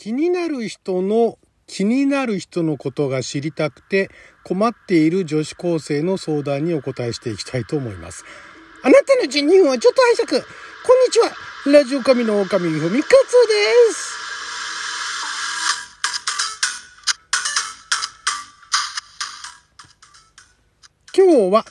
気になる人のことが知りたくて困っている女子高生の相談にお答えしていきたいと思います。あなたの12分はちょっと拝借。こんにちは。ラジオ神の狼ふみかつです。今日は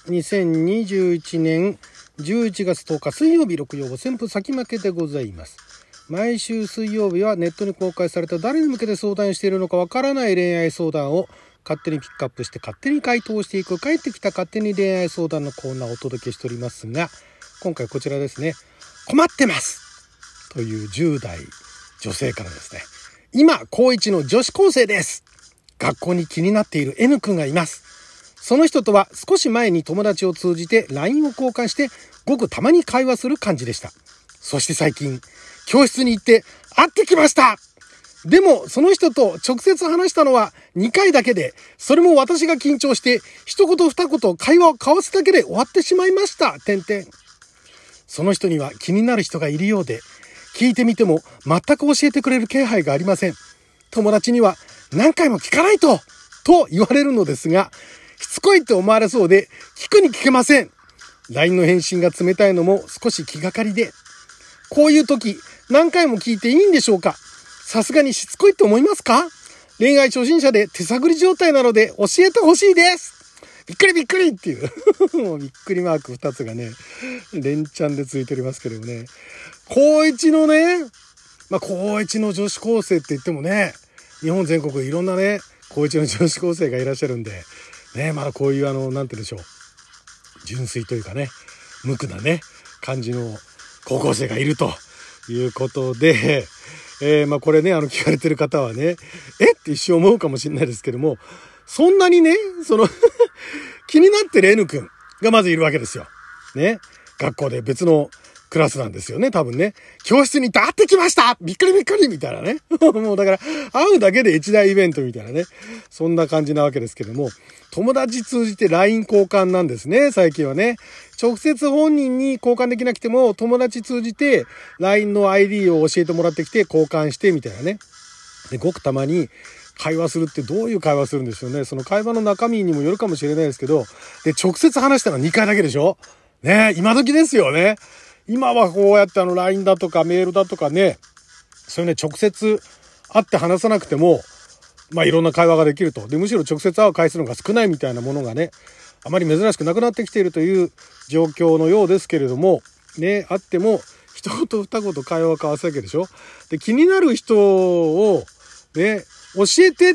2021年11月10日水曜日、6曜日旋風先負けでございます。毎週水曜日はネットに公開された誰に向けて相談しているのかわからない恋愛相談を勝手にピックアップして勝手に回答していく帰ってきた勝手に恋愛相談のコーナーをお届けしておりますが、今回こちらですね。困ってますという10代女性からですね。今高1の女子高生です。学校に気になっている N 君がいます。その人とは少し前に友達を通じて LINE を交換してごくたまに会話する感じでした。そして最近教室に行って会ってきました。でもその人と直接話したのは2回だけで、それも私が緊張して一言二言会話を交わすだけで終わってしまいました。その人には気になる人がいるようで、聞いてみても全く教えてくれる気配がありません。友達には何回も聞かないと言われるのですが、しつこいって思われそうで聞くに聞けません。LINE の返信が冷たいのも少し気がかりで、こういう時何回も聞いていいんでしょうか。さすがにしつこいって思いますか。恋愛初心者で手探り状態なので教えてほしいです。びっくりびっくりっていうもうびっくりマーク2つがね連チャンでついておりますけどもね、高1のね、高1の女子高生って言ってもね、日本全国いろんなね高1の女子高生がいらっしゃるんでね、まだこういうなんて言うんでしょう、純粋というかね無垢なね感じの高校生がいるということで、これね聞かれてる方はねって一瞬思うかもしれないですけども、そんなにね気になってる N 君がまずいるわけですよね。学校で別のクラスなんですよね、多分ね。教室に行って会ってきましたびっくりびっくりみたいなねもうだから会うだけで一大イベントみたいなね、そんな感じなわけですけども、友達通じて LINE 交換なんですね、最近はね。直接本人に交換できなくても友達通じて LINE の ID を教えてもらってきて交換してみたいなね。でごくたまに会話するってどういう会話するんでしょうね。その会話の中身にもよるかもしれないですけど、で直接話したのは2回だけでしょね。今時ですよね。今はこうやってLINE だとかメールだとかね、そういうね直接会って話さなくてもいろんな会話ができると。でむしろ直接会う回数のが少ないみたいなものがね、あまり珍しくなくなってきているという状況のようですけれどもね、あっても一言二言会話を交わすわけでしょ。で気になる人をね教えてって、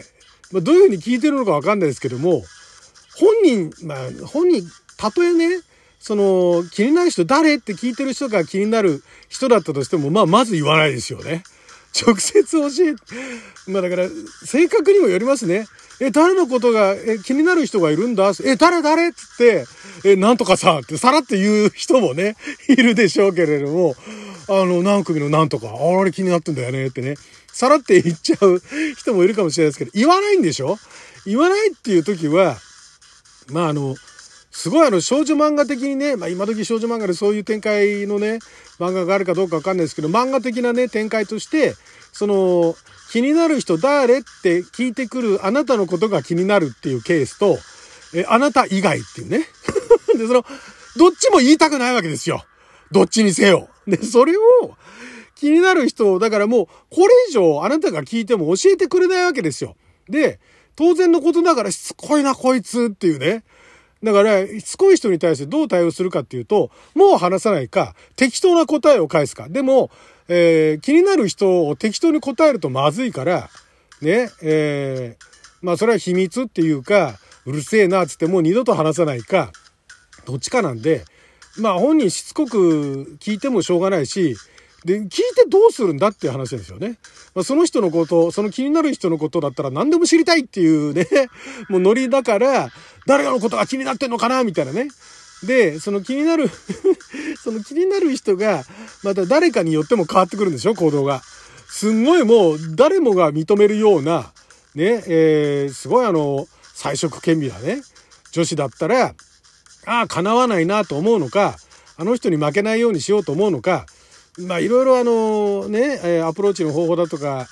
どういうふうに聞いてるのかわかんないですけども、本人たとえね気になる人誰って聞いてる人が気になる人だったとしてもまず言わないですよね。直接教えて、だから性格にもよりますね。誰のことが気になる人がいるんだ、誰っつってなんとかさってさらって言う人もねいるでしょうけれども、何組のなんとかあれ気になってんだよねってねさらって言っちゃう人もいるかもしれないですけど、言わないんでしょ。言わないっていう時はすごい少女漫画的にね、今時少女漫画でそういう展開のね漫画があるかどうかわかんないですけど、漫画的なね展開として気になる人誰って聞いてくるあなたのことが気になるっていうケースと、あなた以外っていうねでどっちも言いたくないわけですよ、どっちにせよ。でそれを気になる人だからもうこれ以上あなたが聞いても教えてくれないわけですよ。で当然のことながらしつこいなこいつっていうね。だからしつこい人に対してどう対応するかっていうと、もう話さないか適当な答えを返すか。でも、気になる人を適当に答えるとまずいからね、それは秘密っていうかうるせえなっつってもう二度と話さないかどっちかなんで、本人しつこく聞いてもしょうがないし、で聞いてどうするんだっていう話ですよね。その人のこと、その気になる人のことだったら何でも知りたいっていうねもうノリだから、誰のことが気になってんのかなみたいなね。でその気になるその気になる人がまた誰かによっても変わってくるんでしょ、行動が。すんごいもう誰もが認めるようなね、すごい才色兼備なね女子だったら叶わないなと思うのか、あの人に負けないようにしようと思うのか、いろいろアプローチの方法だとか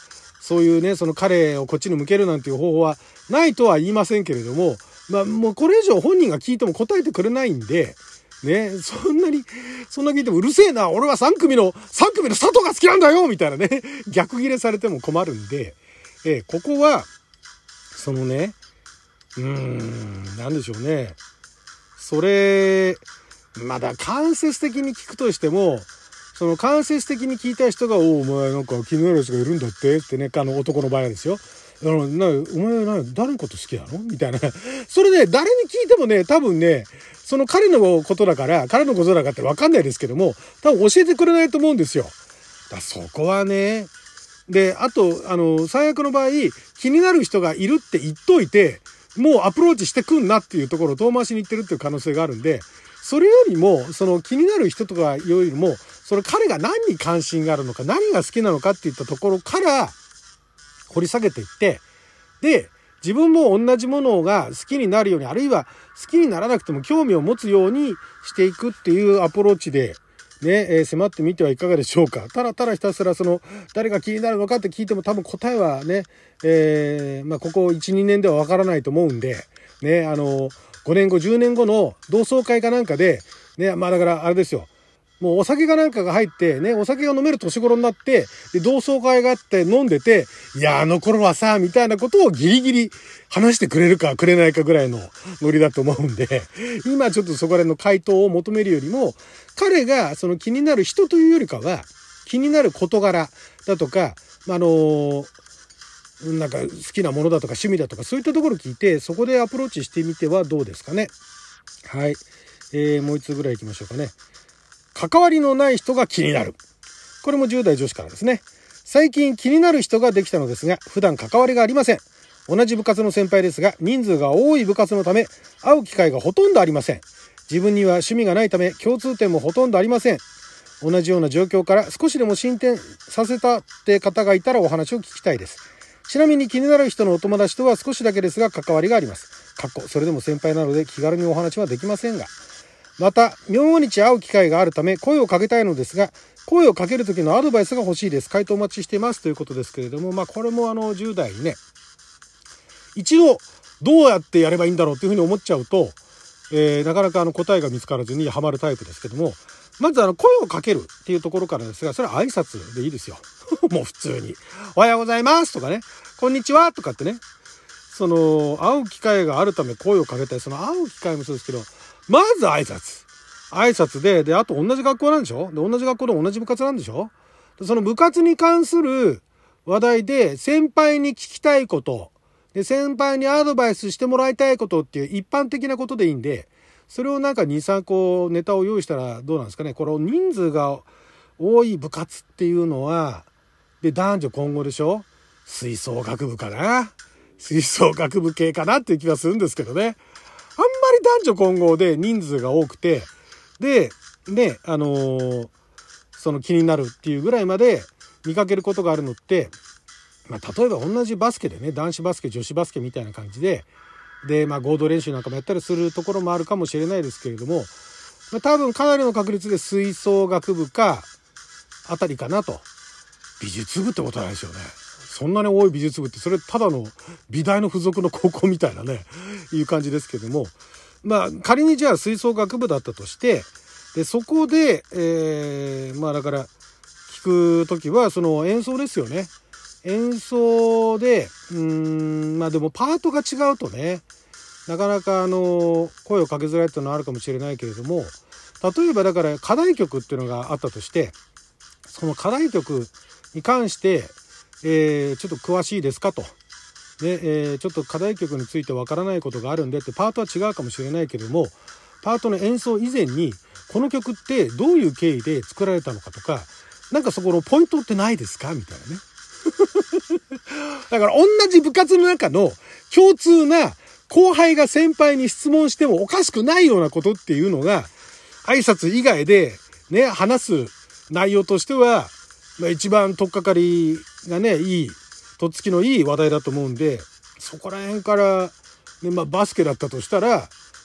そういうね、その彼をこっちに向けるなんていう方法はないとは言いませんけれども、もうこれ以上本人が聞いても答えてくれないんで、ね、そんな聞いてもうるせえな、俺は3組の佐藤が好きなんだよみたいなね、逆ギレされても困るんで、ここは、そのね、なんでしょうね。それ、まだ間接的に聞くとしても、その間接的に聞いた人が、お前なんか気になる人がいるんだってね、男の場合はですよ。お前誰のこと好きなのみたいな。それね、誰に聞いてもね、多分ね、その彼のことだかって分かんないですけども、多分教えてくれないと思うんですよ。だそこはね、で、あと、最悪の場合、気になる人がいるって言っといて、もうアプローチしてくんなっていうところを遠回しに言ってるっていう可能性があるんで、それよりも、その気になる人とかよりも、その彼が何に関心があるのか、何が好きなのかっていったところから掘り下げていって、で、自分も同じものが好きになるように、あるいは好きにならなくても興味を持つようにしていくっていうアプローチで、ね、迫ってみてはいかがでしょうか。ただひたすら誰が気になるのかって聞いても多分答えはね、ここ1、2年ではわからないと思うんで、ね、5年後、10年後の同窓会かなんかで、ね、だからあれですよ。もうお酒かなんかが入ってね、お酒が飲める年頃になって、で、同窓会があって飲んでて、いや、あの頃はさ、みたいなことをギリギリ話してくれるかくれないかぐらいのノリだと思うんで、今ちょっとそこら辺の回答を求めるよりも、彼がその気になる人というよりかは、気になる事柄だとか、なんか好きなものだとか趣味だとかそういったところを聞いて、そこでアプローチしてみてはどうですかね。はい。もう一つぐらい行きましょうかね。関わりのない人が気になる。これも10代女子からですね。最近気になる人ができたのですが、普段関わりがありません。同じ部活の先輩ですが、人数が多い部活のため、会う機会がほとんどありません。自分には趣味がないため、共通点もほとんどありません。同じような状況から少しでも進展させたって方がいたらお話を聞きたいです。ちなみに気になる人のお友達とは少しだけですが関わりがあります。それでも先輩なので気軽にお話はできませんが。また、明日会う機会があるため声をかけたいのですが、声をかける時のアドバイスが欲しいです。回答お待ちしていますということですけれども、これも10代にね、一度どうやってやればいいんだろうというふうに思っちゃうと、なかなか答えが見つからずにハマるタイプですけども、まず声をかけるっていうところからですが、それは挨拶でいいですよ。もう普通に。おはようございますとかね、こんにちはとかってね、会う機会があるため声をかけたい、会う機会もそうですけど、まず挨拶で、あと同じ学校なんでしょ？で、同じ学校で同じ部活なんでしょ？で、その部活に関する話題で先輩に聞きたいこと、で、先輩にアドバイスしてもらいたいことっていう一般的なことでいいんで、それを2、3個ネタを用意したらどうなんですかね。この人数が多い部活っていうのは、で、男女混合でしょ？吹奏楽部かな？吹奏楽部系かなっていう気がするんですけどね。あんまり男女混合で人数が多くて、で、その気になるっていうぐらいまで見かけることがあるのって、例えば同じバスケでね、男子バスケ、女子バスケみたいな感じで、合同練習なんかもやったりするところもあるかもしれないですけれども、多分かなりの確率で吹奏楽部か、あたりかなと。美術部ってことないですよね。そんなに多い美術部って、それただの美大の付属の高校みたいなね、いう感じですけども、仮にじゃあ吹奏楽部だったとして、で、そこで、だから、聞くときは、その演奏ですよね。演奏で、でもパートが違うとね、なかなか声をかけづらいっていうのはあるかもしれないけれども、例えばだから課題曲っていうのがあったとして、その課題曲に関して、ちょっと詳しいですかと。で、ちょっと課題曲についてわからないことがあるんでって、パートは違うかもしれないけども、パートの演奏以前に、この曲ってどういう経緯で作られたのかとか、なんかそこのポイントってないですかみたいなね。だから同じ部活の中の共通な後輩が先輩に質問してもおかしくないようなことっていうのが、挨拶以外でね、話す内容としては、一番取っかかりがね、とっつきのいい話題だと思うんで、そこら辺から、ね、バスケだったとしたら、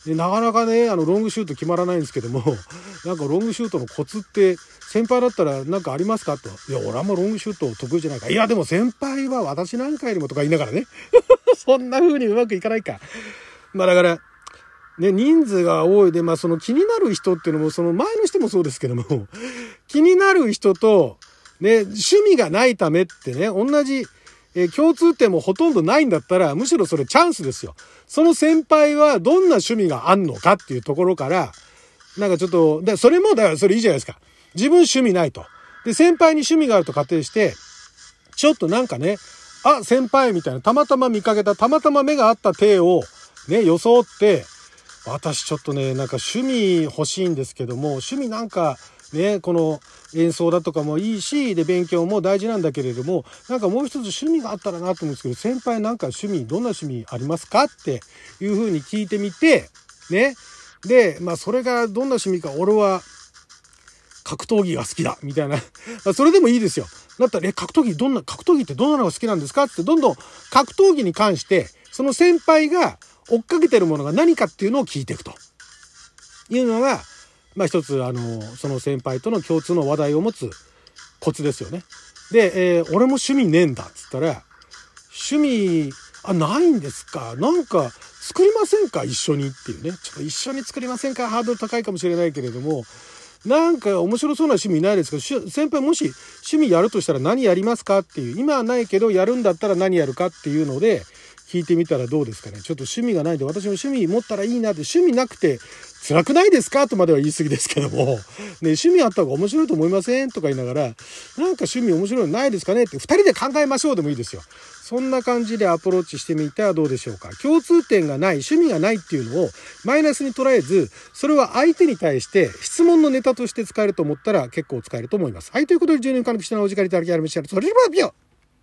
でなかなかねロングシュート決まらないんですけども、なんかロングシュートのコツって先輩だったらなんかありますかと。いや俺はもうロングシュート得意じゃないか。いやでも先輩は私なんかよりもとか言いながらねそんな風にうまくいかないか。だからね、人数が多いで、その気になる人っていうのもその前の人もそうですけども気になる人とね趣味がないためってね同じ共通点もほとんどないんだったらむしろそれチャンスですよ。その先輩はどんな趣味があんのかっていうところからなんかちょっとそれもだからそれいいじゃないですか。自分趣味ないとで先輩に趣味があると仮定してちょっとなんかね先輩みたいなたまたま見かけたたまたま目が合った体をね装って私ちょっとねなんか趣味欲しいんですけども趣味なんかねこの演奏だとかもいいしで勉強も大事なんだけれどもなんかもう一つ趣味があったらなと思うんですけど先輩なんかどんな趣味ありますかっていうふうに聞いてみてねでそれがどんな趣味か俺は格闘技が好きだみたいなそれでもいいですよ。だったら格闘技ってどんなのが好きなんですかってどんどん格闘技に関してその先輩が追っかけてるものが何かっていうのを聞いていくというのが一つその先輩との共通の話題を持つコツですよね。で、俺も趣味ねえんだっつったら趣味ないんですかなんか作りませんか一緒にっていうねちょっと一緒に作りませんかハードル高いかもしれないけれどもなんか面白そうな趣味ないですけど先輩もし趣味やるとしたら何やりますかっていう今はないけどやるんだったら何やるかっていうので聞いてみたらどうですかね。ちょっと趣味がないんで私も趣味持ったらいいなって趣味なくて辛くないですかとまでは言い過ぎですけども、ね、趣味あった方が面白いと思いませんとか言いながらなんか趣味面白いのないですかねって2人で考えましょうでもいいですよ。そんな感じでアプローチしてみてはどうでしょうか。共通点がない趣味がないっていうのをマイナスに捉えずそれは相手に対して質問のネタとして使えると思ったら結構使えると思います。はいということで10年間の貴重なお時間いただきありました。それではビオ